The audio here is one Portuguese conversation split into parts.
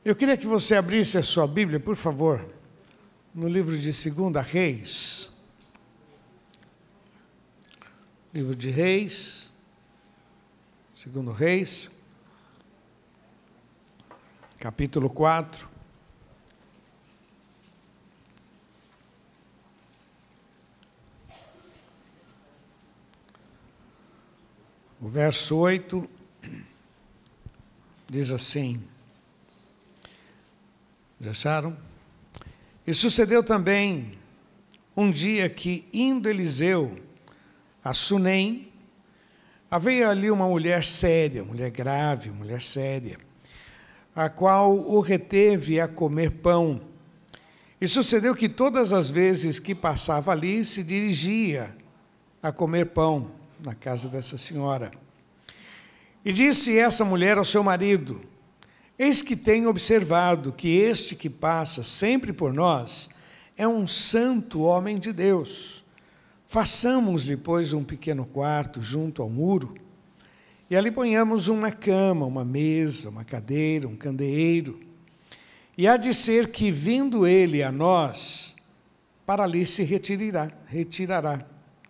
Eu queria que você abrisse a sua Bíblia, por favor, no livro de 2 Reis. Livro de Reis, 2 Reis, capítulo 4. O verso 8 diz assim: já acharam? E sucedeu também um dia que, indo Eliseu a Sunem, havia ali uma mulher séria, mulher grave, mulher séria, a qual o reteve a comer pão. E sucedeu que todas as vezes que passava ali, se dirigia a comer pão na casa dessa senhora. E disse essa mulher ao seu marido: eis que tenho observado que este que passa sempre por nós é um santo homem de Deus. Façamos-lhe, pois, um pequeno quarto junto ao muro, e ali ponhamos uma cama, uma mesa, uma cadeira, um candeeiro. E há de ser que, vindo ele a nós, para ali se retirará.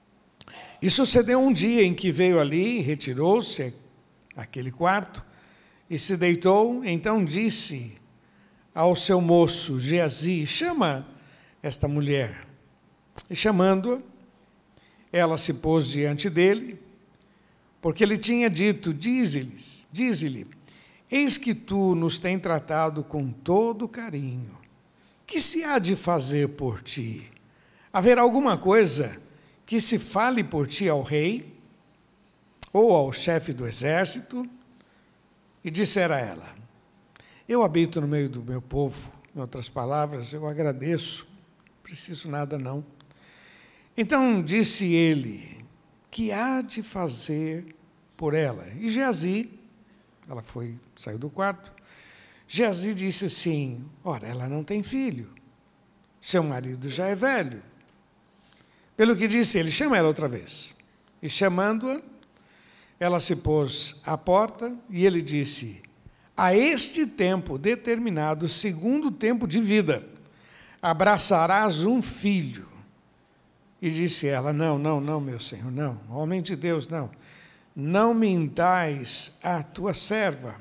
E sucedeu um dia em que veio ali, retirou-se àquele quarto, e se deitou. Então disse ao seu moço Geazi: chama esta mulher. E chamando-a, ela se pôs diante dele, porque ele tinha dito: dize-lhe, eis que tu nos tens tratado com todo carinho. Que se há de fazer por ti? Haverá alguma coisa que se fale por ti ao rei, ou ao chefe do exército? E dissera ela: eu habito no meio do meu povo. Em outras palavras, eu agradeço, não preciso nada não. Então disse ele: que há de fazer por ela? E Geazi, ela saiu do quarto. Geazi disse assim: ora, ela não tem filho, seu marido já é velho. Pelo que disse ele: chama ela outra vez. E chamando-a, ela se pôs à porta, e ele disse: a este tempo determinado, segundo o tempo de vida, abraçarás um filho. E disse ela: não, meu senhor, não, homem de Deus, não. Não mintais a tua serva.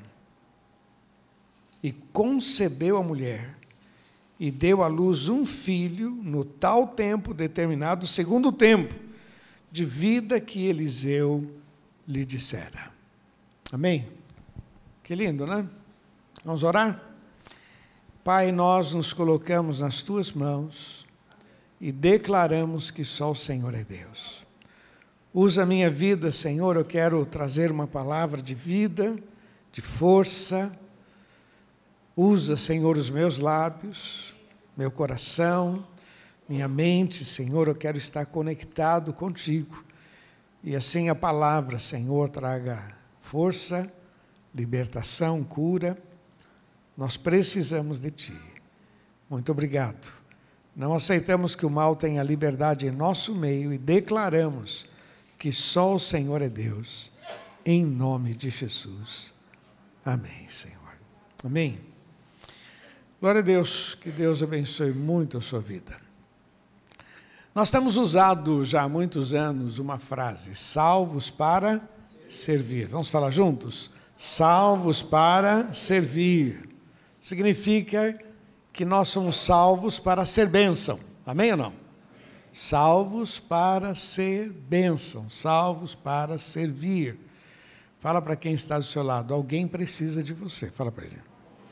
E concebeu a mulher, e deu à luz um filho, no tal tempo determinado, segundo o tempo de vida que Eliseu lhe dissera. Amém? Que lindo, né? Vamos orar? Pai, nós nos colocamos nas tuas mãos e declaramos que só o Senhor é Deus. Usa a minha vida, Senhor, eu quero trazer uma palavra de vida, de força. Usa, Senhor, os meus lábios, meu coração, minha mente, Senhor, eu quero estar conectado contigo. E assim a palavra, Senhor, traga força, libertação, cura. Nós precisamos de Ti. Muito obrigado. Não aceitamos que o mal tenha liberdade em nosso meio e declaramos que só o Senhor é Deus, em nome de Jesus. Amém, Senhor. Amém. Glória a Deus, que Deus abençoe muito a sua vida. Nós temos usado já há muitos anos uma frase: salvos para servir. Vamos falar juntos? Salvos para servir. Significa que nós somos salvos para ser bênção. Amém ou não? Salvos para ser bênção, salvos para servir. Fala para quem está do seu lado: alguém precisa de você. Fala para ele.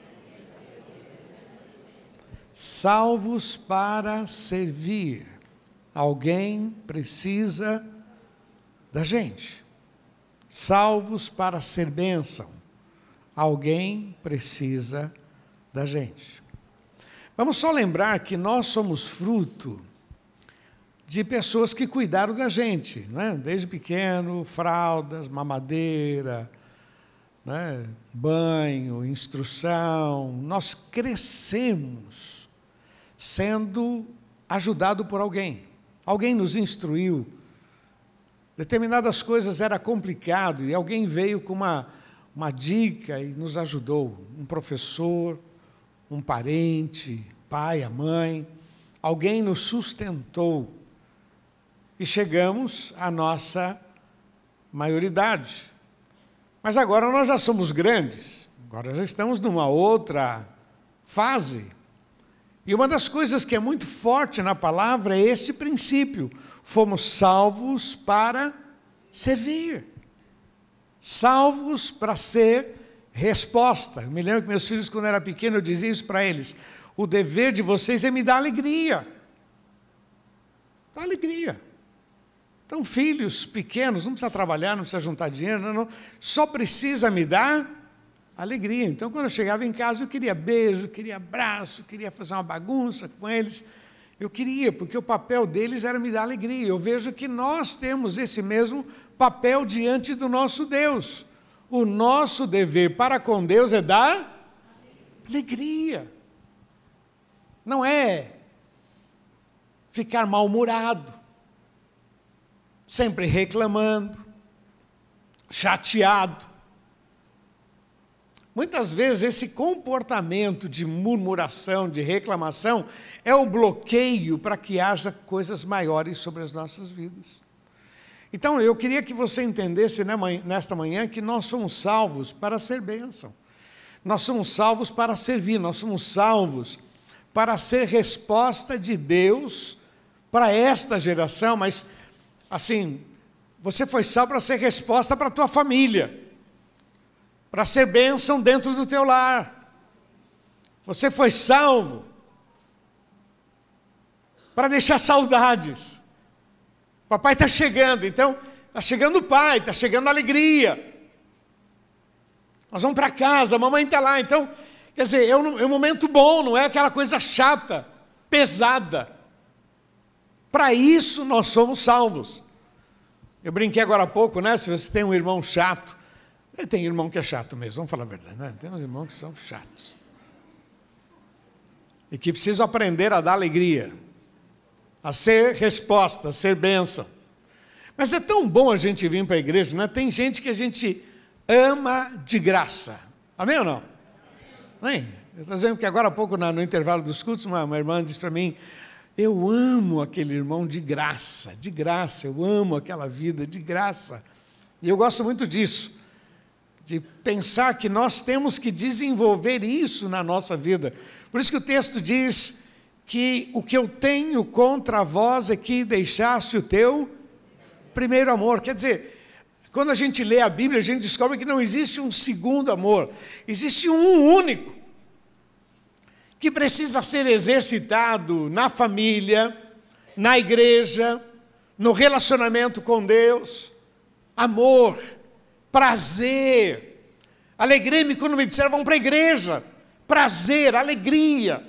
Salvos para servir. Alguém precisa da gente. Salvos para ser bênção. Alguém precisa da gente. Vamos só lembrar que nós somos fruto de pessoas que cuidaram da gente, né? Desde pequeno, fraldas, mamadeira, né? Banho, instrução. Nós crescemos sendo ajudado por alguém. Alguém nos instruiu. Determinadas coisas era complicado e alguém veio com uma dica e nos ajudou. Um professor, um parente, pai, a mãe, alguém nos sustentou e chegamos à nossa maioridade. Mas agora nós já somos grandes, agora já estamos numa outra fase. E uma das coisas que é muito forte na palavra é este princípio: fomos salvos para servir, salvos para ser resposta. Eu me lembro que meus filhos, quando eu era pequeno, eu dizia isso para eles: o dever de vocês é me dar alegria. Dá alegria. Então, filhos pequenos, não precisa trabalhar, não precisa juntar dinheiro, não, só precisa me dar alegria. Então, quando eu chegava em casa, eu queria beijo, queria abraço, queria fazer uma bagunça com eles. Eu queria, porque o papel deles era me dar alegria. Eu vejo que nós temos esse mesmo papel diante do nosso Deus. O nosso dever para com Deus é dar alegria. Não é ficar mal-humorado, sempre reclamando, chateado. Muitas vezes esse comportamento de murmuração, de reclamação, é o bloqueio para que haja coisas maiores sobre as nossas vidas. Então, eu queria que você entendesse nesta manhã que nós somos salvos para ser bênção. Nós somos salvos para servir, nós somos salvos para ser resposta de Deus para esta geração, mas, assim, você foi salvo para ser resposta para a tua família, para ser bênção dentro do teu lar. Você foi salvo para deixar saudades. Papai está chegando, então, está chegando o pai, está chegando a alegria. Nós vamos para casa, a mamãe está lá, então, quer dizer, é um momento bom, não é aquela coisa chata, pesada. Para isso nós somos salvos. Eu brinquei agora há pouco, né? Se você tem um irmão chato, tem irmão que é chato mesmo, vamos falar a verdade, né? Tem uns irmãos que são chatos. E que precisam aprender a dar alegria, a ser resposta, a ser bênção. Mas é tão bom a gente vir para a igreja, né? Tem gente que a gente ama de graça. Amém ou não? Amém? Eu estou dizendo que agora há pouco, no intervalo dos cultos, uma irmã disse para mim: eu amo aquele irmão de graça, eu amo aquela vida de graça. E eu gosto muito disso, de pensar que nós temos que desenvolver isso na nossa vida. Por isso que o texto diz que o que eu tenho contra vós é que deixaste o teu primeiro amor. Quer dizer, quando a gente lê a Bíblia, a gente descobre que não existe um segundo amor, existe um único, que precisa ser exercitado na família, na igreja, no relacionamento com Deus. Amor, prazer. Alegrei-me quando me disseram: vamos para a igreja. Prazer, alegria.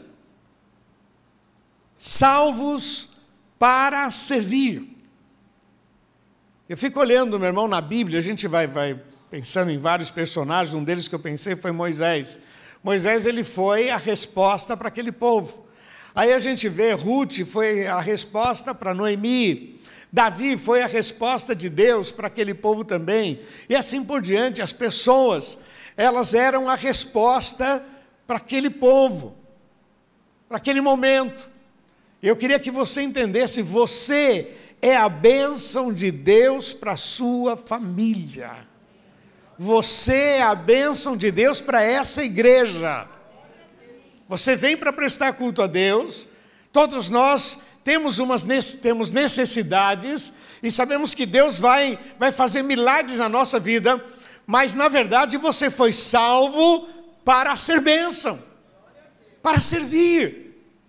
Salvos para servir. Eu fico olhando, meu irmão, na Bíblia, a gente vai pensando em vários personagens. Um deles que eu pensei foi Moisés. Moisés, ele foi a resposta para aquele povo. Aí a gente vê, Ruth foi a resposta para Noemi. Davi foi a resposta de Deus para aquele povo também. E assim por diante, as pessoas, elas eram a resposta para aquele povo, para aquele momento. Eu queria que você entendesse: você é a bênção de Deus para a sua família. Você é a bênção de Deus para essa igreja. Você vem para prestar culto a Deus. Todos nós temos necessidades e sabemos que Deus vai fazer milagres na nossa vida, mas na verdade você foi salvo para ser bênção, para servir.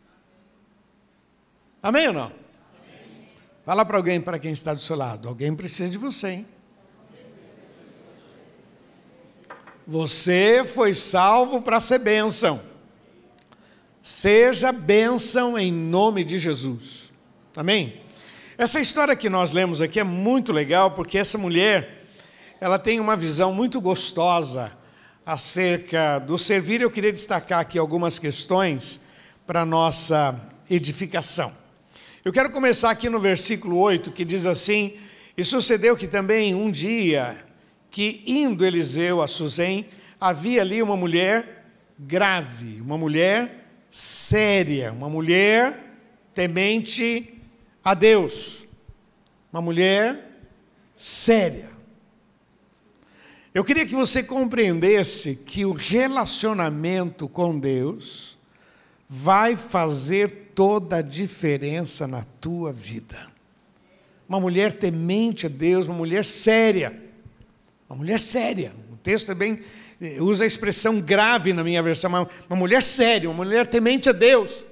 Amém ou não? Amém. Fala para alguém, para quem está do seu lado: alguém precisa de você, hein? Você foi salvo para ser bênção. Seja bênção em nome de Jesus. Amém? Essa história que nós lemos aqui é muito legal, porque essa mulher, ela tem uma visão muito gostosa acerca do servir. Eu queria destacar aqui algumas questões para a nossa edificação. Eu quero começar aqui no versículo 8, que diz assim: e sucedeu que também um dia, que indo Eliseu a Susém, havia ali uma mulher grave, uma mulher séria, uma mulher temente a Deus, uma mulher séria. Eu queria que você compreendesse que o relacionamento com Deus vai fazer toda a diferença na tua vida. Uma mulher temente a Deus, uma mulher séria. Uma mulher séria. O texto também usa a expressão grave na minha versão. Uma mulher séria, uma mulher temente a Deus.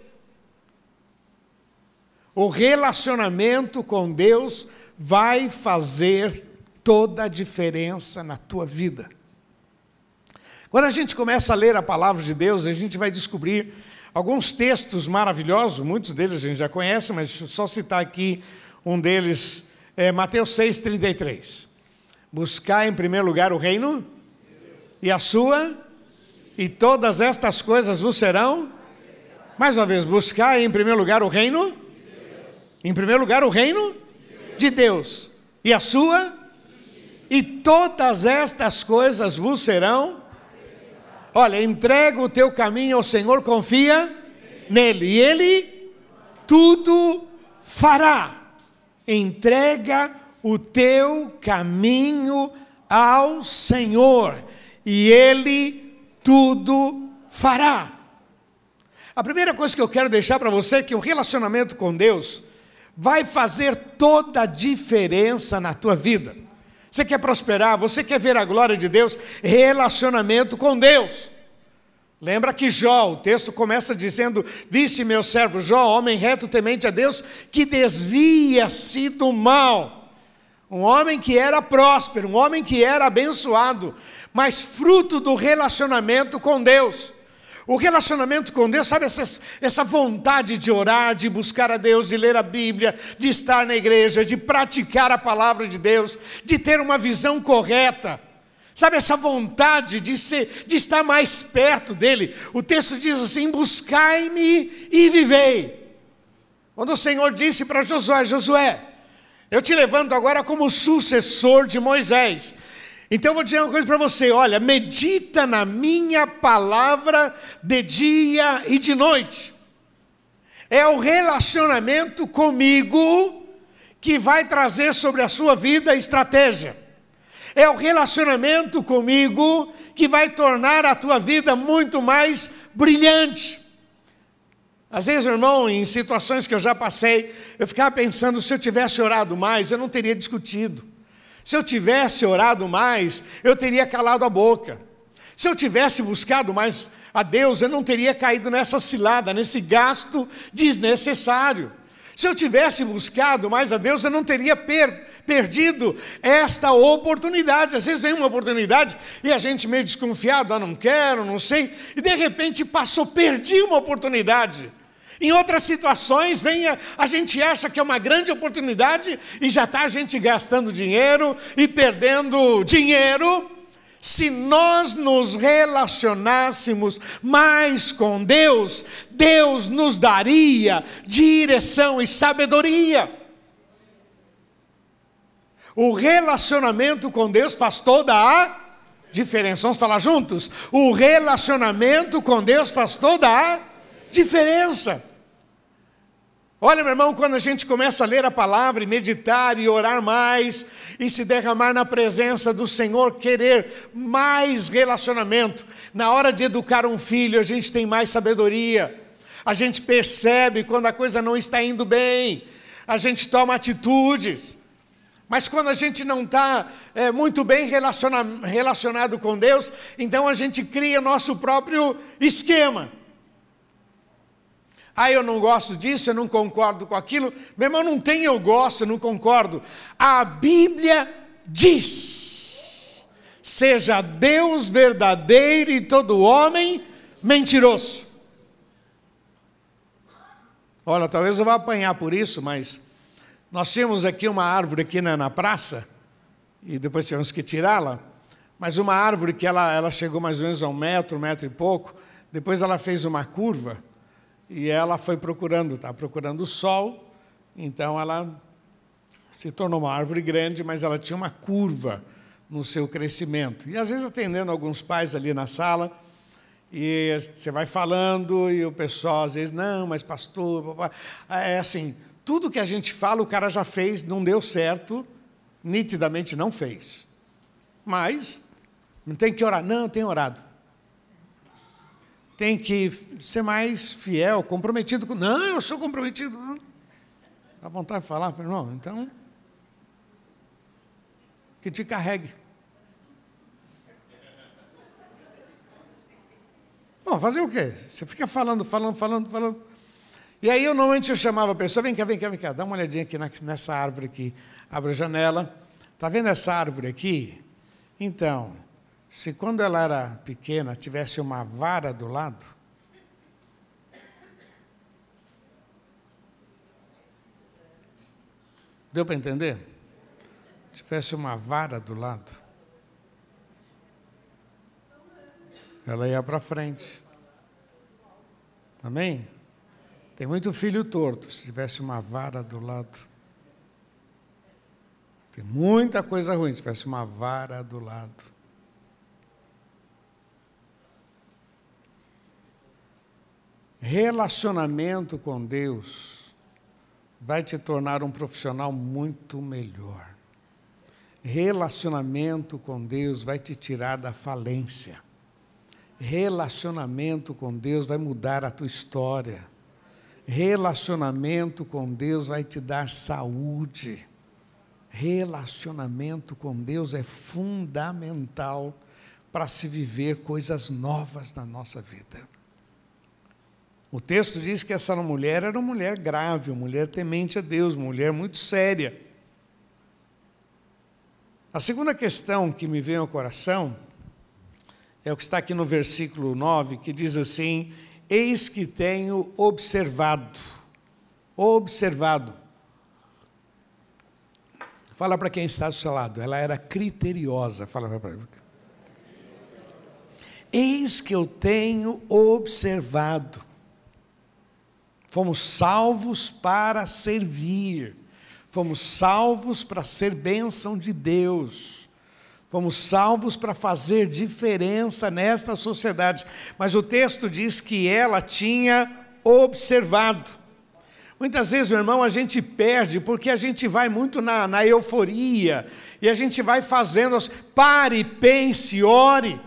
O relacionamento com Deus vai fazer toda a diferença na tua vida. Quando a gente começa a ler a palavra de Deus, a gente vai descobrir alguns textos maravilhosos, muitos deles a gente já conhece, mas deixa eu só citar aqui um deles, Mateus 6,33. Buscar em primeiro lugar o reino e a sua, e todas estas coisas vos serão. Mais uma vez, buscar em primeiro lugar o reino, em primeiro lugar o reino de Deus, e a sua, e todas estas coisas vos serão. Olha, entrega o teu caminho ao Senhor, confia nele, e Ele tudo fará. Entrega o teu caminho ao Senhor, e Ele tudo fará. A primeira coisa que eu quero deixar para você é que o relacionamento com Deus vai fazer toda a diferença na tua vida. Você quer prosperar, você quer ver a glória de Deus, relacionamento com Deus. Lembra que Jó, o texto começa dizendo: viste meu servo Jó, homem reto temente a Deus, que desvia-se do mal. Um homem que era próspero, um homem que era abençoado, mas fruto do relacionamento com Deus. O relacionamento com Deus, sabe, essa vontade de orar, de buscar a Deus, de ler a Bíblia, de estar na igreja, de praticar a palavra de Deus, de ter uma visão correta. Sabe, essa vontade de estar mais perto dEle. O texto diz assim: buscai-me e vivei. Quando o Senhor disse para Josué: Josué, eu te levanto agora como sucessor de Moisés. Então eu vou dizer uma coisa para você: olha, medita na minha palavra de dia e de noite. É o relacionamento comigo que vai trazer sobre a sua vida a estratégia. É o relacionamento comigo que vai tornar a tua vida muito mais brilhante. Às vezes, meu irmão, em situações que eu já passei, eu ficava pensando: se eu tivesse orado mais, eu não teria discutido. Se eu tivesse orado mais, eu teria calado a boca. Se eu tivesse buscado mais a Deus, eu não teria caído nessa cilada, nesse gasto desnecessário. Se eu tivesse buscado mais a Deus, eu não teria perdido esta oportunidade. Às vezes vem uma oportunidade e a gente meio desconfiado: não quero, não sei, e de repente perdi uma oportunidade. Em outras situações, a gente acha que é uma grande oportunidade e já está a gente gastando dinheiro e perdendo dinheiro. Se nós nos relacionássemos mais com Deus, Deus nos daria direção e sabedoria. O relacionamento com Deus faz toda a diferença. Vamos falar juntos? O relacionamento com Deus faz toda a diferença. Olha, meu irmão, quando a gente começa a ler a palavra e meditar e orar mais e se derramar na presença do Senhor, querer mais relacionamento, na hora de educar um filho, a gente tem mais sabedoria, a gente percebe quando a coisa não está indo bem, a gente toma atitudes. Mas quando a gente não está muito bem relacionado com Deus, então a gente cria nosso próprio esquema. Eu não gosto disso, eu não concordo com aquilo. Meu irmão, não tem eu gosto, eu não concordo. A Bíblia diz: seja Deus verdadeiro e todo homem mentiroso. Olha, talvez eu vá apanhar por isso, mas nós tínhamos aqui uma árvore aqui na praça, e depois tivemos que tirá-la, mas uma árvore que ela chegou mais ou menos a 1 metro, 1 metro e pouco, depois ela fez uma curva, e ela foi procurando o sol, então ela se tornou uma árvore grande, mas ela tinha uma curva no seu crescimento. E às vezes atendendo alguns pais ali na sala, E você vai falando e o pessoal às vezes, não, mas pastor, é assim, tudo que a gente fala o cara já fez, não deu certo, nitidamente não fez. Mas não tem que orar, não, eu tenho orado. Tem que ser mais fiel, comprometido com... Não, eu sou comprometido. Não. Dá vontade de falar, irmão, então, que te carregue. Bom, fazer o quê? Você fica falando. E aí, normalmente, eu chamava a pessoa, vem cá, dá uma olhadinha aqui nessa árvore aqui. Abre a janela. Está vendo essa árvore aqui? Então, se quando ela era pequena, tivesse uma vara do lado, deu para entender? Tivesse uma vara do lado, ela ia para frente. Amém? Tem muito filho torto, se tivesse uma vara do lado. Tem muita coisa ruim, se tivesse uma vara do lado. Relacionamento com Deus vai te tornar um profissional muito melhor. Relacionamento com Deus vai te tirar da falência. Relacionamento com Deus vai mudar a tua história. Relacionamento com Deus vai te dar saúde. Relacionamento com Deus é fundamental para se viver coisas novas na nossa vida. O texto diz que essa mulher era uma mulher grave, uma mulher temente a Deus, uma mulher muito séria. A segunda questão que me vem ao coração é o que está aqui no versículo 9, que diz assim: eis que tenho observado. Fala para quem está do seu lado, ela era criteriosa. Fala para ele. Eis que eu tenho observado. Fomos salvos para servir. Fomos salvos para ser bênção de Deus. Fomos salvos para fazer diferença nesta sociedade. Mas o texto diz que ela tinha observado. Muitas vezes, meu irmão, a gente perde porque a gente vai muito na euforia. E a gente vai fazendo, pare, pense, ore.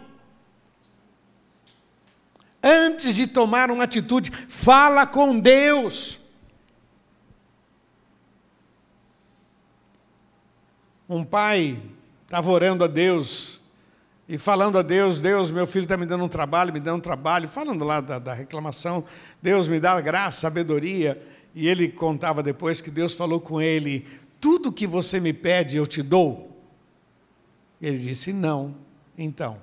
Antes de tomar uma atitude, fala com Deus. Um pai estava orando a Deus e falando a Deus: Deus, meu filho está me dando um trabalho, falando lá da reclamação, Deus me dá graça, sabedoria. E ele contava depois que Deus falou com ele: tudo que você me pede eu te dou. E ele disse: não. Então,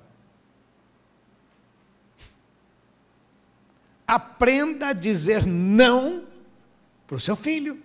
aprenda a dizer não para o seu filho.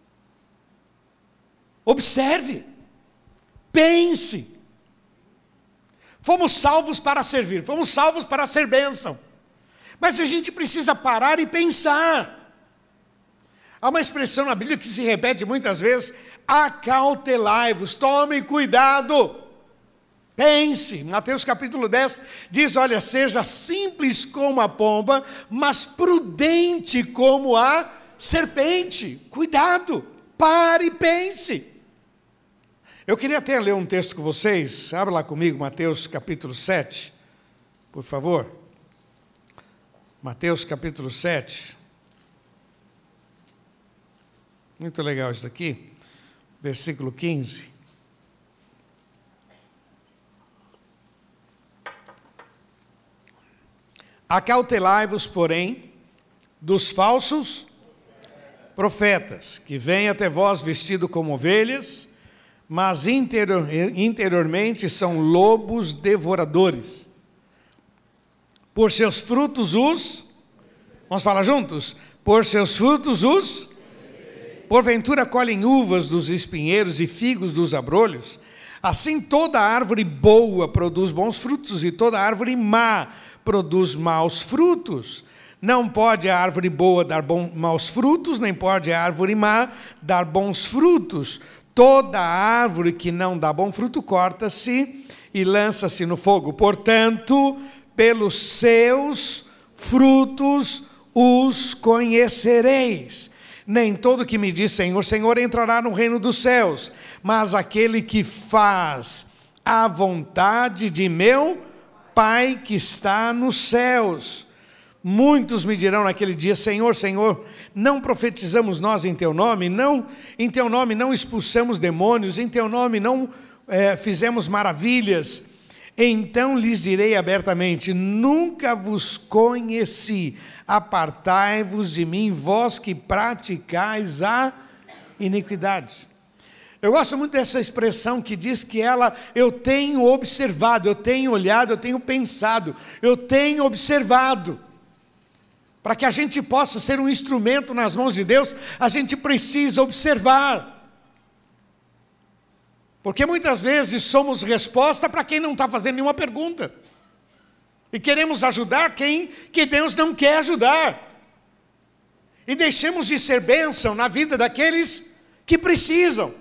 Observe, pense. Fomos salvos para servir, fomos salvos para ser bênção. Mas a gente precisa parar e pensar. Há uma expressão na Bíblia que se repete muitas vezes: acautelai-vos, tome cuidado. Pense. Mateus capítulo 10 diz: olha, seja simples como a pomba, mas prudente como a serpente. Cuidado, pare e pense. Eu queria até ler um texto com vocês. Abra lá comigo, Mateus capítulo 7, por favor. Mateus capítulo 7. Muito legal isso aqui. Versículo 15. Acautelai-vos, porém, dos falsos profetas, que vêm até vós vestidos como ovelhas, mas interiormente são lobos devoradores. Por seus frutos vamos falar juntos? Por seus frutos porventura colhem uvas dos espinheiros e figos dos abrolhos? Assim toda árvore boa produz bons frutos, e toda árvore má produz maus frutos. Não pode a árvore boa dar maus frutos, nem pode a árvore má dar bons frutos. Toda árvore que não dá bom fruto corta-se e lança-se no fogo. Portanto, pelos seus frutos os conhecereis. Nem todo que me diz Senhor, Senhor entrará no reino dos céus, mas aquele que faz a vontade de meu Pai que está nos céus. Muitos me dirão naquele dia, Senhor, Senhor, não profetizamos nós em teu nome? Não, em teu nome não expulsamos demônios, em teu nome não fizemos maravilhas. Então lhes direi abertamente, nunca vos conheci, apartai-vos de mim, vós que praticais a iniquidade. Eu gosto muito dessa expressão que diz que eu tenho observado, eu tenho olhado, eu tenho pensado, eu tenho observado. Para que a gente possa ser um instrumento nas mãos de Deus, a gente precisa observar. Porque muitas vezes somos resposta para quem não está fazendo nenhuma pergunta. E queremos ajudar que Deus não quer ajudar. E deixemos de ser bênção na vida daqueles que precisam.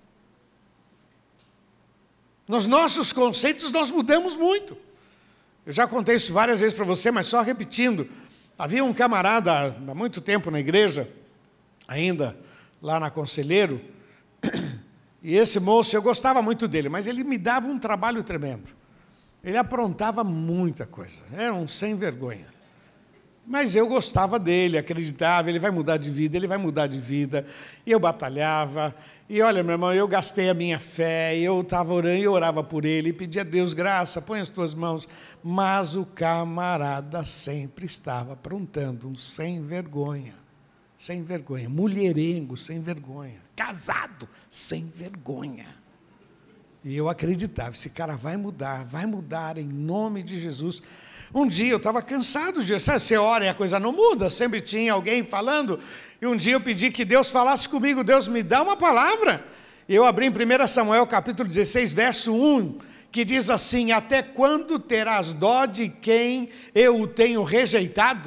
Nos nossos conceitos nós mudamos muito. Eu já contei isso várias vezes para você, mas só repetindo. Havia um camarada há muito tempo na igreja, ainda lá na Conselheiro, e esse moço, eu gostava muito dele, mas ele me dava um trabalho tremendo. Ele aprontava muita coisa, era um sem vergonha. Mas eu gostava dele, acreditava, ele vai mudar de vida, ele vai mudar de vida. E eu batalhava, e olha, meu irmão, eu gastei a minha fé, eu estava orando, eu orava por ele, e pedia a Deus graça, põe as tuas mãos. Mas o camarada sempre estava aprontando, um sem vergonha, mulherengo, sem vergonha, casado, sem vergonha. E eu acreditava, esse cara vai mudar em nome de Jesus. Um dia eu estava cansado de você ora e a coisa não muda, sempre tinha alguém falando, e um dia eu pedi que Deus falasse comigo, Deus me dá uma palavra. Eu abri em 1 Samuel capítulo 16, verso 1, que diz assim, até quando terás dó de quem eu o tenho rejeitado?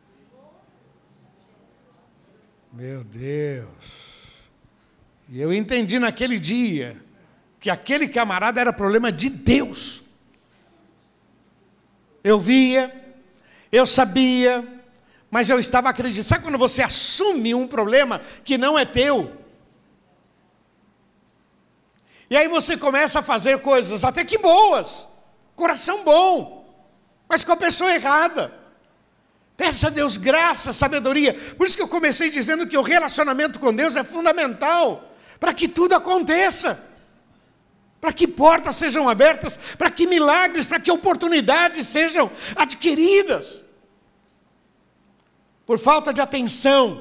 Meu Deus! E eu entendi naquele dia, que aquele camarada era problema de Deus. Eu via, eu sabia, mas eu estava acreditando. Sabe quando você assume um problema que não é teu? E aí você começa a fazer coisas até que boas, coração bom, mas com a pessoa errada. Peça a Deus graça, sabedoria. Por isso que eu comecei dizendo que o relacionamento com Deus é fundamental para que tudo aconteça. Para que portas sejam abertas, para que milagres, para que oportunidades sejam adquiridas. Por falta de atenção.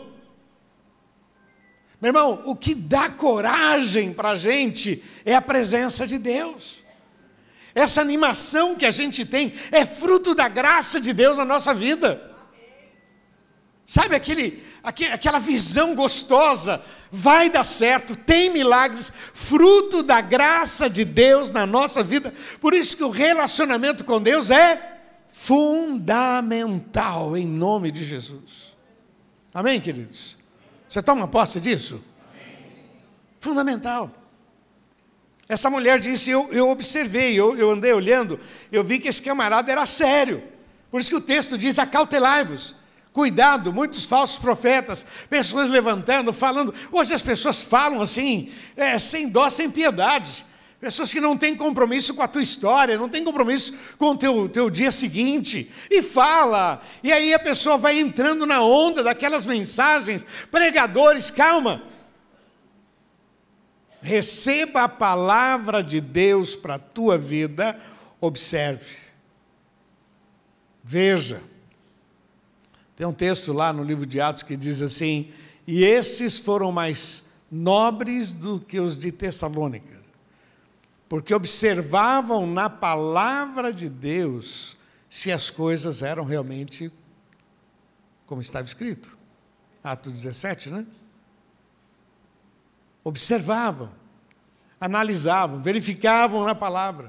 Meu irmão, o que dá coragem para a gente é a presença de Deus. Essa animação que a gente tem é fruto da graça de Deus na nossa vida. Sabe aquela visão gostosa, vai dar certo, tem milagres, fruto da graça de Deus na nossa vida. Por isso que o relacionamento com Deus é fundamental, em nome de Jesus. Amém, queridos? Você toma posse disso? Amém. Fundamental. Essa mulher disse, eu observei, eu andei olhando, eu vi que esse camarada era sério. Por isso que o texto diz, acautelai-vos. Cuidado, muitos falsos profetas, pessoas levantando, falando. Hoje as pessoas falam assim, sem dó, sem piedade. Pessoas que não têm compromisso com a tua história, não têm compromisso com o teu dia seguinte. E fala, e aí a pessoa vai entrando na onda daquelas mensagens. Pregadores, calma. Receba a palavra de Deus para a tua vida, observe. Veja. Tem um texto lá no livro de Atos que diz assim, e estes foram mais nobres do que os de Tessalônica, porque observavam na palavra de Deus se as coisas eram realmente como estava escrito. Atos 17, né? Observavam, analisavam, verificavam na palavra.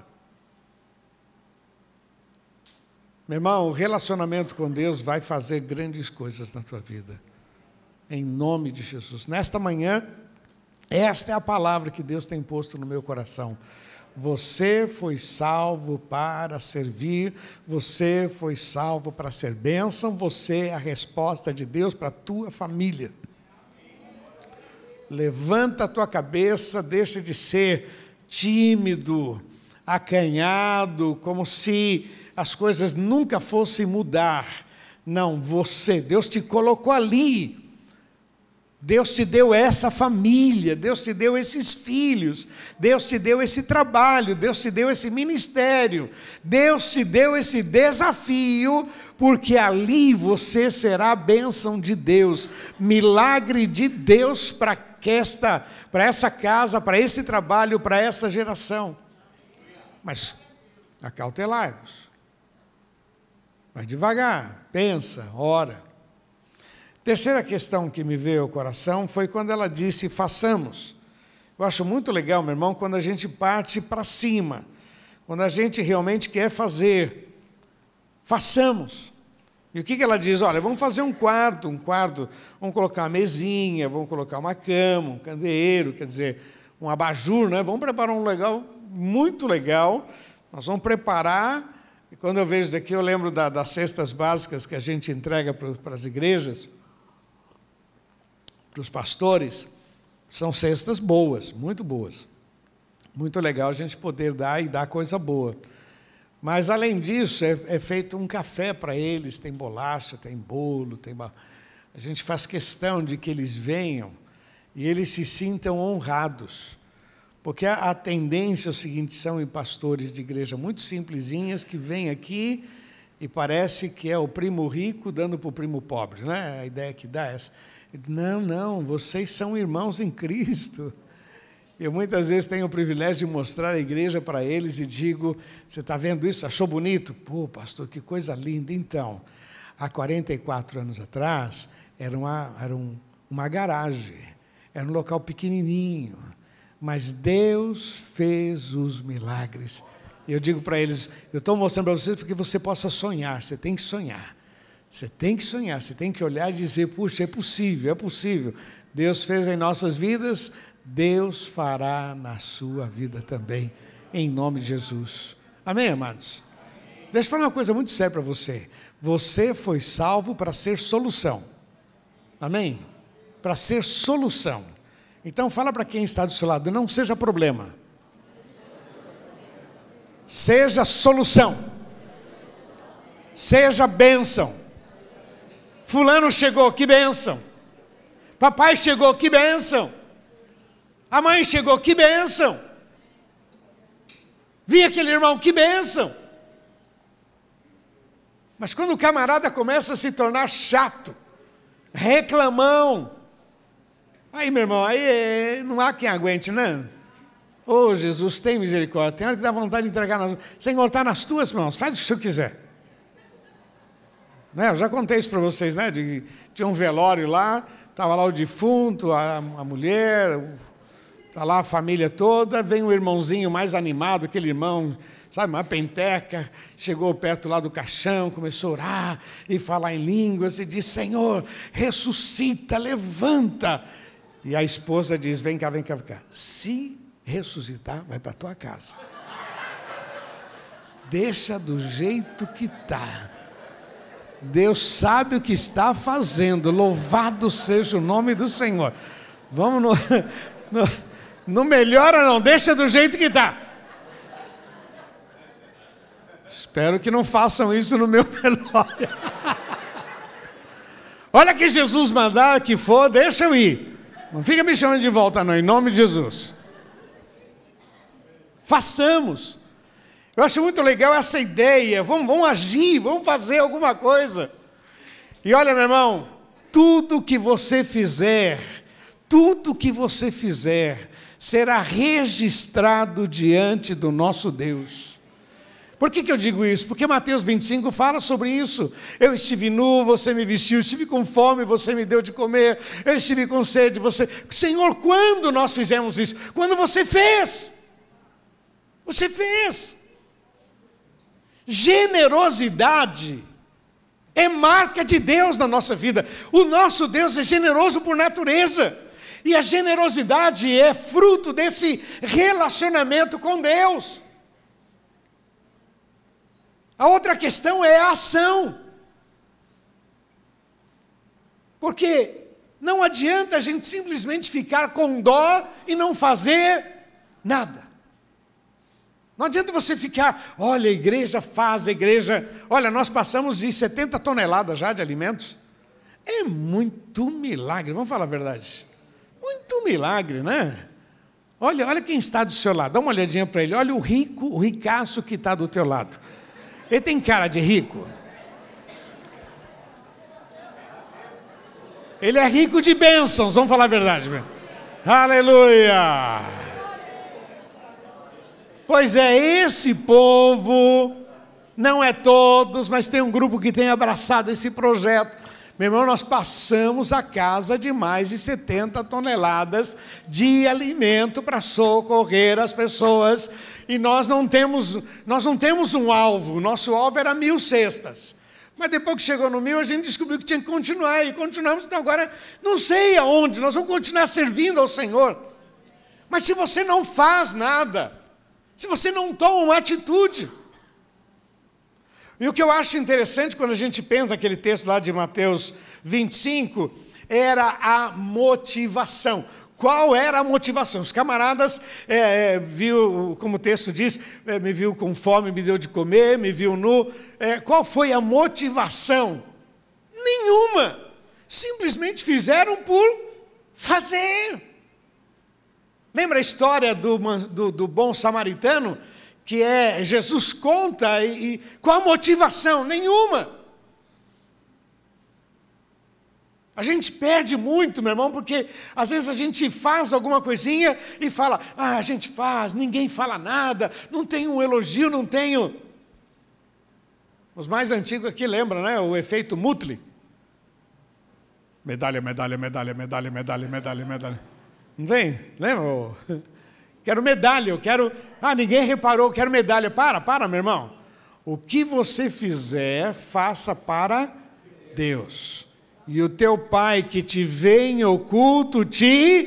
Meu irmão, o relacionamento com Deus vai fazer grandes coisas na tua vida. Em nome de Jesus. Nesta manhã, esta é a palavra que Deus tem posto no meu coração. Você foi salvo para servir, você foi salvo para ser bênção, você é a resposta de Deus para a tua família. Levanta a tua cabeça, deixa de ser tímido, acanhado, como se as coisas nunca fossem mudar. Não, Deus te colocou ali. Deus te deu essa família, Deus te deu esses filhos, Deus te deu esse trabalho, Deus te deu esse ministério, Deus te deu esse desafio, porque ali você será a bênção de Deus, milagre de Deus para essa casa, para esse trabalho, para essa geração. Mas acautelai-vos, vai devagar, pensa, ora. Terceira questão que me veio ao coração foi quando ela disse, façamos. Eu acho muito legal, meu irmão, quando a gente parte para cima, quando a gente realmente quer fazer, façamos. E o que ela diz? Olha, vamos fazer um quarto, vamos colocar uma mesinha, vamos colocar uma cama, um candeeiro, quer dizer, um abajur, né? Vamos preparar um legal, muito legal, nós vamos preparar, e quando eu vejo isso aqui, eu lembro das cestas básicas que a gente entrega para as igrejas, para os pastores, são cestas boas, muito legal a gente poder dar coisa boa. Mas, além disso, é feito um café para eles, tem bolacha, tem bolo, a gente faz questão de que eles venham e eles se sintam honrados. Porque a tendência é o seguinte, são pastores de igreja muito simplesinhas que vêm aqui e parece que é o primo rico dando para o primo pobre, né? A ideia que dá é essa. Não, vocês são irmãos em Cristo. Eu muitas vezes tenho o privilégio de mostrar a igreja para eles e digo, você está vendo isso? Achou bonito? Pô, pastor, que coisa linda. Então, há 44 anos atrás, era uma garagem, era um local pequenininho, mas Deus fez os milagres. E eu digo para eles, eu estou mostrando para vocês porque você possa sonhar, você tem que sonhar. Você tem que sonhar, você tem que olhar e dizer, puxa, é possível. Deus fez em nossas vidas, Deus fará na sua vida também, em nome de Jesus. Amém, amados? Amém. Deixa eu falar uma coisa muito séria para você. Você foi salvo para ser solução. Amém? Para ser solução. Então fala para quem está do seu lado, não seja problema. Seja solução. Seja bênção. Fulano chegou, que bênção. Papai chegou, que bênção. A mãe chegou, que bênção. Vi aquele irmão, que bênção. Mas quando o camarada começa a se tornar chato, reclamão, aí, meu irmão, aí não há quem aguente, não. Ô, Jesus, tem misericórdia. Tem hora que dá vontade de entregar nas mãos. Senhor, está nas tuas mãos, faz o que o Senhor quiser. Né? Eu já contei isso para vocês, né? Tinha um velório lá, estava lá o defunto, a mulher, está lá a família toda, vem o irmãozinho mais animado, aquele irmão, sabe, uma penteca, chegou perto lá do caixão, começou a orar e falar em línguas e disse, Senhor, ressuscita, levanta. E a esposa diz, vem cá. Se ressuscitar, vai para a tua casa. Deixa do jeito que está. Deus sabe o que está fazendo, louvado seja o nome do Senhor. Vamos não melhora não, deixa do jeito que está. Espero que não façam isso no meu velório. Olha que Jesus mandar que for, deixa eu ir. Não fica me chamando de volta não, em nome de Jesus. Façamos. Eu acho muito legal essa ideia, vamos agir, vamos fazer alguma coisa. E olha, meu irmão, tudo que você fizer, será registrado diante do nosso Deus. Por que eu digo isso? Porque Mateus 25 fala sobre isso. Eu estive nu, você me vestiu, estive com fome, você me deu de comer, eu estive com sede, você... Senhor, quando nós fizemos isso? Quando você fez. Você fez. Generosidade é marca de Deus na nossa vida. O nosso Deus é generoso por natureza. E a generosidade é fruto desse relacionamento com Deus. A outra questão é a ação. Porque não adianta a gente simplesmente ficar com dó e não fazer nada. Não adianta você ficar, olha, a igreja faz, a igreja... Olha, nós passamos de 70 toneladas já de alimentos. É muito milagre, vamos falar a verdade. Muito milagre, né? Olha quem está do seu lado, dá uma olhadinha para ele. Olha o rico, o ricaço que está do teu lado. Ele tem cara de rico. Ele é rico de bênçãos, vamos falar a verdade. Aleluia! Pois é, esse povo, não é todos, mas tem um grupo que tem abraçado esse projeto. Meu irmão, nós passamos a casa de mais de 70 toneladas de alimento para socorrer as pessoas. E nós não temos um alvo, o nosso alvo era 1.000 cestas. Mas depois que chegou no 1.000, a gente descobriu que tinha que continuar, e continuamos. Então agora, não sei aonde, nós vamos continuar servindo ao Senhor. Mas se você não faz nada, se você não toma uma atitude. E o que eu acho interessante quando a gente pensa naquele texto lá de Mateus 25, era a motivação. Qual era a motivação? Os camaradas viu, como o texto diz, me viu com fome, me deu de comer, me viu nu. Qual foi a motivação? Nenhuma. Simplesmente fizeram por fazer. Lembra a história do bom samaritano? Que Jesus conta, e qual a motivação? Nenhuma. A gente perde muito, meu irmão, porque às vezes a gente faz alguma coisinha e fala, a gente faz, ninguém fala nada, não tem um elogio, não tenho. Os mais antigos aqui lembram, né? O efeito Mutley. Medalha, medalha, medalha, medalha, medalha, medalha, medalha. Não tem? Lembra? Quero medalha, eu quero... ninguém reparou, eu quero medalha. Para, meu irmão. O que você fizer, faça para Deus. E o teu Pai que te vê em oculto te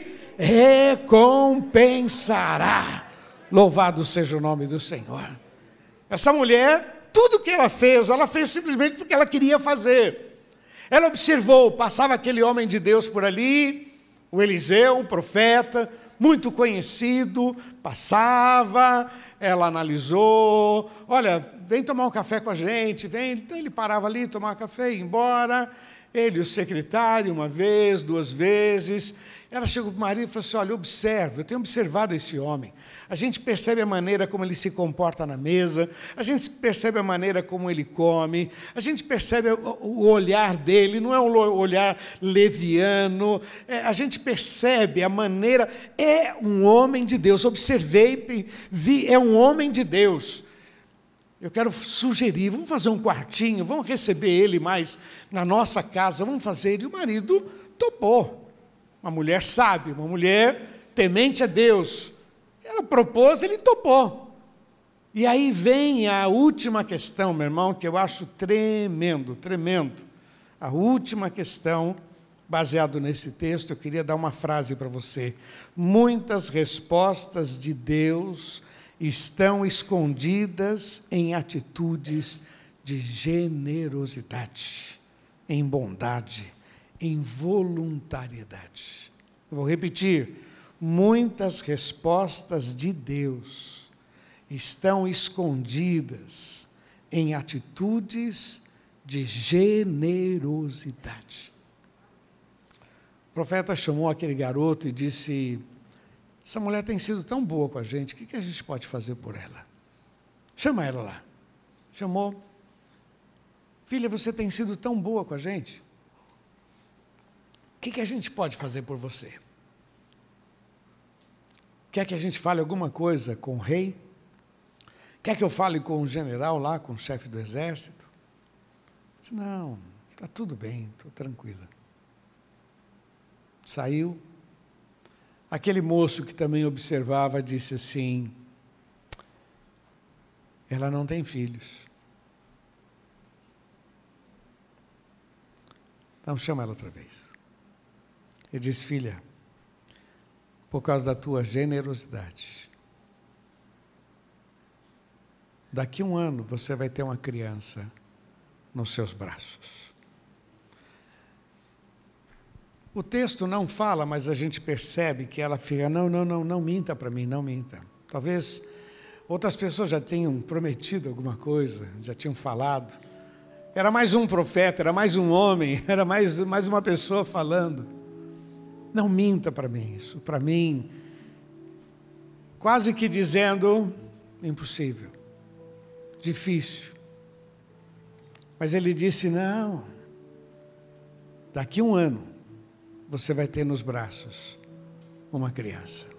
recompensará. Louvado seja o nome do Senhor. Essa mulher, tudo que ela fez simplesmente porque ela queria fazer. Ela observou, passava aquele homem de Deus por ali, o Eliseu, um profeta, muito conhecido, passava, ela analisou, olha, vem tomar um café com a gente, vem. Então ele parava ali, tomava café e ia embora. Ele e o secretário, uma vez, 2 vezes. Ela chegou para o marido e falou assim, olha, observe, eu tenho observado esse homem. A gente percebe a maneira como ele se comporta na mesa, a gente percebe a maneira como ele come, a gente percebe o olhar dele, não é um olhar leviano, a gente percebe a maneira, é um homem de Deus. Observei, vi, é um homem de Deus. Eu quero sugerir, vamos fazer um quartinho, vamos receber ele mais na nossa casa, vamos fazer. E o marido topou. Uma mulher sábia, uma mulher temente a Deus. Ela propôs, ele topou. E aí vem a última questão, meu irmão, que eu acho tremendo, tremendo. A última questão, baseado nesse texto, eu queria dar uma frase para você. Muitas respostas de Deus estão escondidas em atitudes de generosidade, em bondade, em voluntariedade. Eu vou repetir. Muitas respostas de Deus estão escondidas em atitudes de generosidade. O profeta chamou aquele garoto e disse, essa mulher tem sido tão boa com a gente, o que a gente pode fazer por ela? Chama ela lá. Chamou. Filha, você tem sido tão boa com a gente, o que a gente pode fazer por você? Quer que a gente fale alguma coisa com o rei? Quer que eu fale com o general lá, com o chefe do exército? Disse, não, está tudo bem, estou tranquila. Saiu. Aquele moço que também observava disse assim, ela não tem filhos. Então chama ela outra vez. Ele disse, filha, por causa da tua generosidade. Daqui a um ano você vai ter uma criança nos seus braços. O texto não fala, mas a gente percebe que ela fica, não minta para mim, não minta. Talvez outras pessoas já tenham prometido alguma coisa, já tinham falado. Era mais um profeta, era mais um homem, era mais uma pessoa falando. Não minta para mim isso, para mim, quase que dizendo, impossível, difícil. Mas ele disse, não, daqui a um ano, você vai ter nos braços uma criança.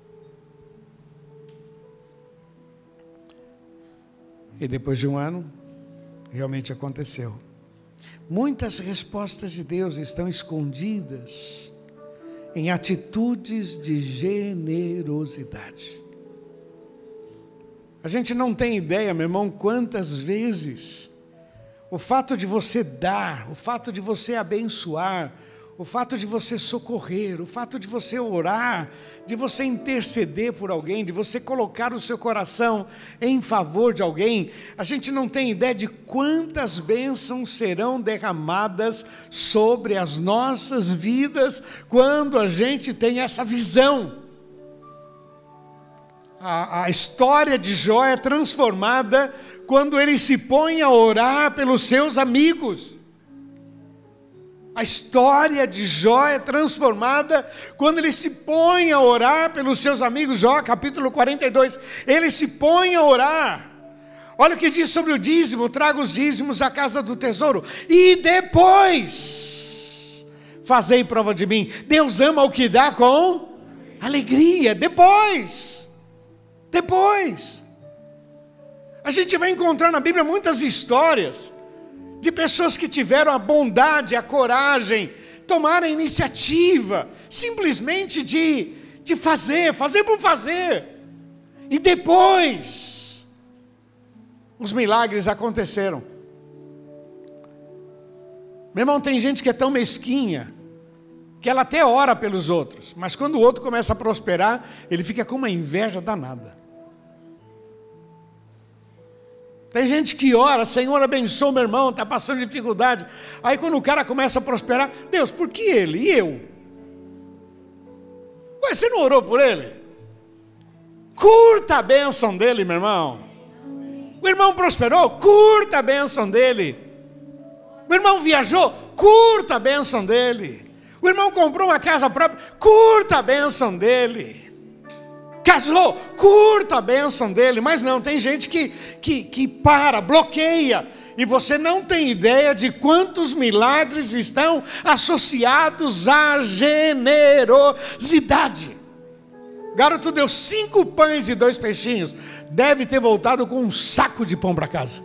E depois de um ano, realmente aconteceu. Muitas respostas de Deus estão escondidas em atitudes de generosidade. A gente não tem ideia, meu irmão, quantas vezes o fato de você dar, o fato de você abençoar, o fato de você socorrer, o fato de você orar, de você interceder por alguém, de você colocar o seu coração em favor de alguém, a gente não tem ideia de quantas bênçãos serão derramadas sobre as nossas vidas quando a gente tem essa visão. A história de Jó é transformada quando ele se põe a orar pelos seus amigos. A história de Jó é transformada quando ele se põe a orar pelos seus amigos. Jó, capítulo 42, ele se põe a orar. Olha o que diz sobre o dízimo: traga os dízimos à casa do tesouro, e depois fazei prova de mim. Deus ama o que dá com alegria. Depois. A gente vai encontrar na Bíblia muitas histórias de pessoas que tiveram a bondade, a coragem, tomaram a iniciativa, simplesmente de fazer por fazer. E depois, os milagres aconteceram. Meu irmão, tem gente que é tão mesquinha, que ela até ora pelos outros, mas quando o outro começa a prosperar, ele fica com uma inveja danada. Tem gente que ora, Senhor, abençoa meu irmão, está passando dificuldade. Aí quando o cara começa a prosperar, Deus, por que ele? E eu? Ué, você não orou por ele? Curta a bênção dele, meu irmão. O irmão prosperou, curta a bênção dele. O irmão viajou, curta a bênção dele. O irmão comprou uma casa própria, curta a bênção dele. Casou, curta a bênção dele. Mas não, tem gente que para, bloqueia. E você não tem ideia de quantos milagres estão associados à generosidade. O garoto deu 5 pães e 2 peixinhos. Deve ter voltado com um saco de pão para casa.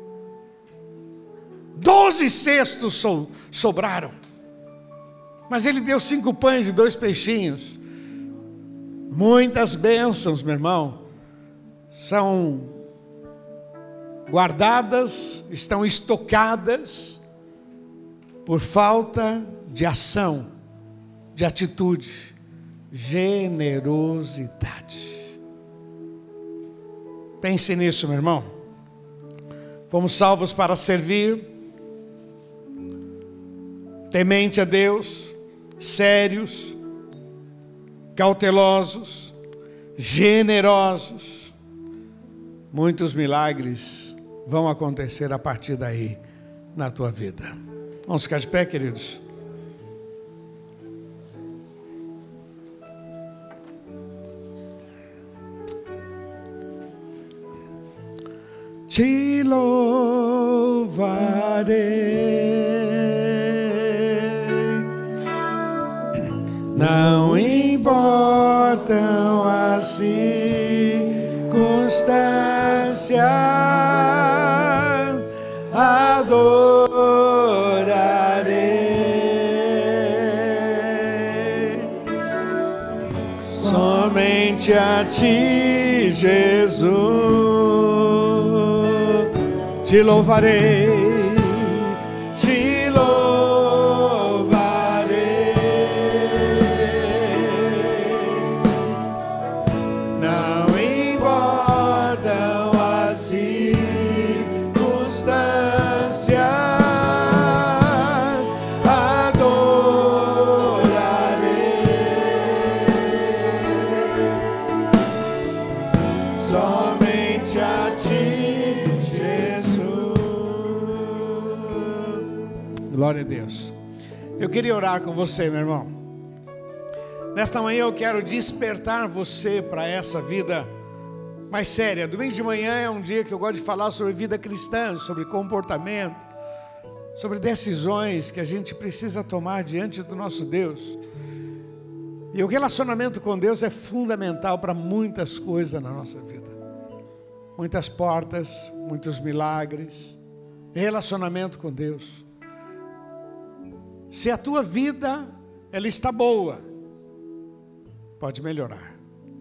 12 cestos sobraram. Mas ele deu 5 pães e 2 peixinhos. Muitas bênçãos, meu irmão, são guardadas, estão estocadas por falta de ação, de atitude, generosidade. Pense nisso, meu irmão. Fomos salvos para servir, temente a Deus, sérios, cautelosos, generosos. Muitos milagres vão acontecer a partir daí na tua vida. Vamos ficar de pé, queridos? Te louvarei. Não importam as circunstâncias, adorarei somente a ti, Jesus. Te louvarei. Glória a Deus. Eu queria orar com você, meu irmão. Nesta manhã eu quero despertar você para essa vida mais séria. Domingo de manhã é um dia que eu gosto de falar sobre vida cristã, sobre comportamento, sobre decisões que a gente precisa tomar diante do nosso Deus. E o relacionamento com Deus é fundamental para muitas coisas na nossa vida. Muitas portas, muitos milagres. Relacionamento com Deus. Se a tua vida, ela está boa, pode melhorar.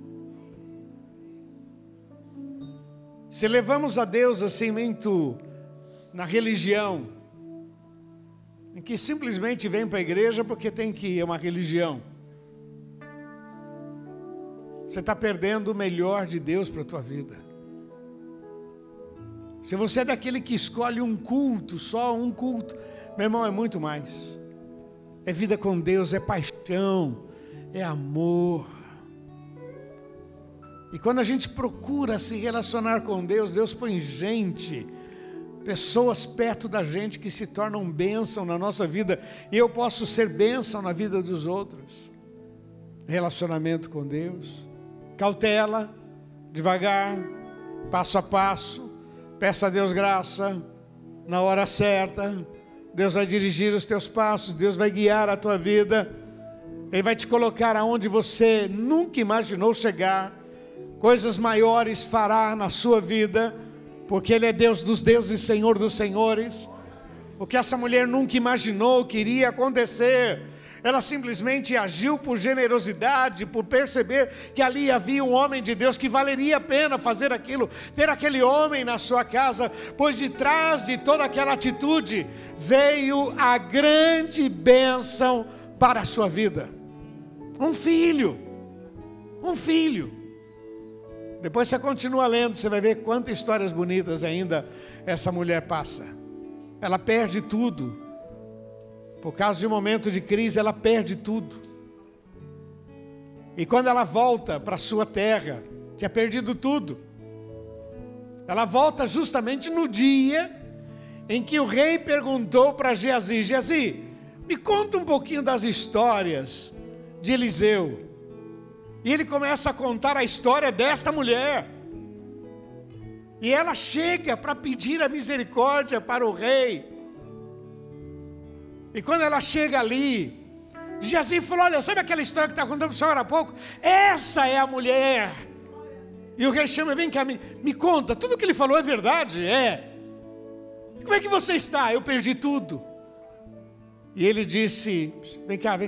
Se levamos a Deus assim muito na religião, em que simplesmente vem para a igreja porque tem que ir, é uma religião, você está perdendo o melhor de Deus para a tua vida. Se você é daquele que escolhe um culto, só um culto, meu irmão, é muito mais. É vida com Deus, é paixão, é amor. E quando a gente procura se relacionar com Deus, Deus põe gente, pessoas perto da gente que se tornam bênção na nossa vida. E eu posso ser bênção na vida dos outros. Relacionamento com Deus. Cautela, devagar, passo a passo. Peça a Deus graça, na hora certa. Deus vai dirigir os teus passos, Deus vai guiar a tua vida. Ele vai te colocar aonde você nunca imaginou chegar. Coisas maiores fará na sua vida, porque Ele é Deus dos deuses e Senhor dos senhores. O que essa mulher nunca imaginou que iria acontecer, ela simplesmente agiu por generosidade, por perceber que ali havia um homem de Deus que valeria a pena fazer aquilo, ter aquele homem na sua casa, pois de trás de toda aquela atitude veio a grande bênção para a sua vida. Um filho. Depois você continua lendo, você vai ver quantas histórias bonitas ainda essa mulher passa. Ela perde tudo. Por causa de um momento de crise, ela perde tudo. E quando ela volta para a sua terra, tinha perdido tudo. Ela volta justamente no dia em que o rei perguntou para Geazi: Geazi, me conta um pouquinho das histórias de Eliseu. E ele começa a contar a história desta mulher. E ela chega para pedir a misericórdia para o rei. E quando ela chega ali, Geazi falou: olha, sabe aquela história que está contando para o senhor há pouco? Essa é a mulher. E o rei chama: vem cá, me conta, tudo que ele falou é verdade? É. Como é que você está? Eu perdi tudo. E ele disse: vem cá,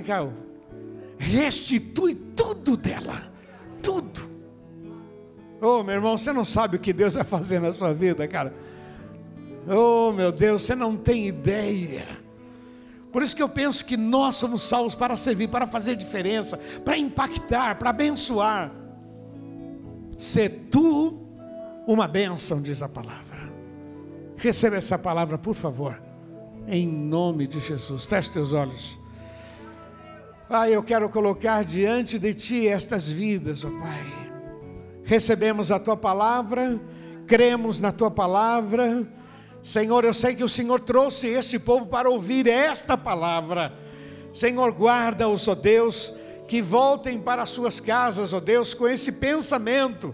restitui tudo dela, tudo. Oh, meu irmão, você não sabe o que Deus vai fazer na sua vida, cara. Oh, meu Deus, você não tem ideia. Por isso que eu penso que nós somos salvos para servir, para fazer diferença, para impactar, para abençoar. Sê tu uma bênção, diz a palavra. Receba essa palavra, por favor, em nome de Jesus. Feche teus olhos. Pai, eu quero colocar diante de Ti estas vidas, ó Pai. Recebemos a Tua palavra, cremos na Tua palavra. Senhor, eu sei que o Senhor trouxe este povo para ouvir esta palavra. Senhor, guarda-os, ó Deus, que voltem para as suas casas, ó Deus, com esse pensamento: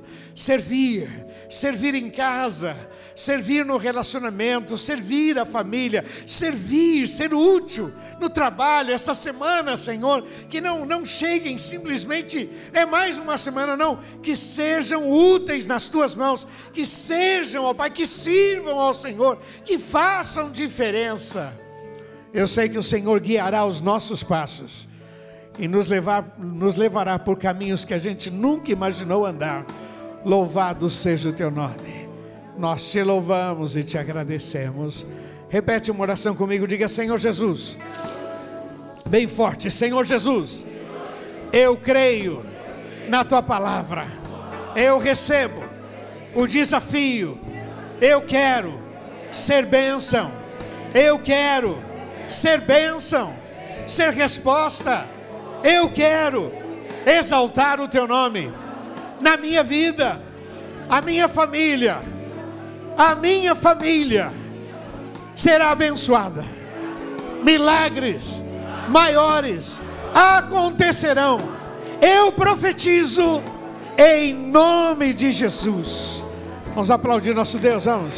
servir em casa, servir no relacionamento, servir a família, ser útil no trabalho. Essa semana, Senhor, que não cheguem simplesmente, é mais uma semana, não, que sejam úteis nas Tuas mãos, que sejam, ó Pai, que sirvam ao Senhor, que façam diferença. Eu sei que o Senhor guiará os nossos passos e nos levará por caminhos que a gente nunca imaginou andar. Louvado seja o Teu nome. Nós Te louvamos e Te agradecemos. Repete uma oração comigo, diga: Senhor Jesus, bem forte, Senhor Jesus, eu creio na Tua palavra, eu recebo o desafio, eu quero ser bênção, eu quero ser bênção, ser resposta, eu quero exaltar o Teu nome na minha vida, a minha família será abençoada milagres maiores acontecerão. Eu profetizo em nome de Jesus. Vamos aplaudir nosso Deus, vamos.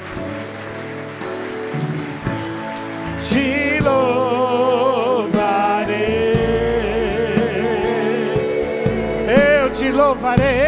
Te louvarei, eu te louvarei.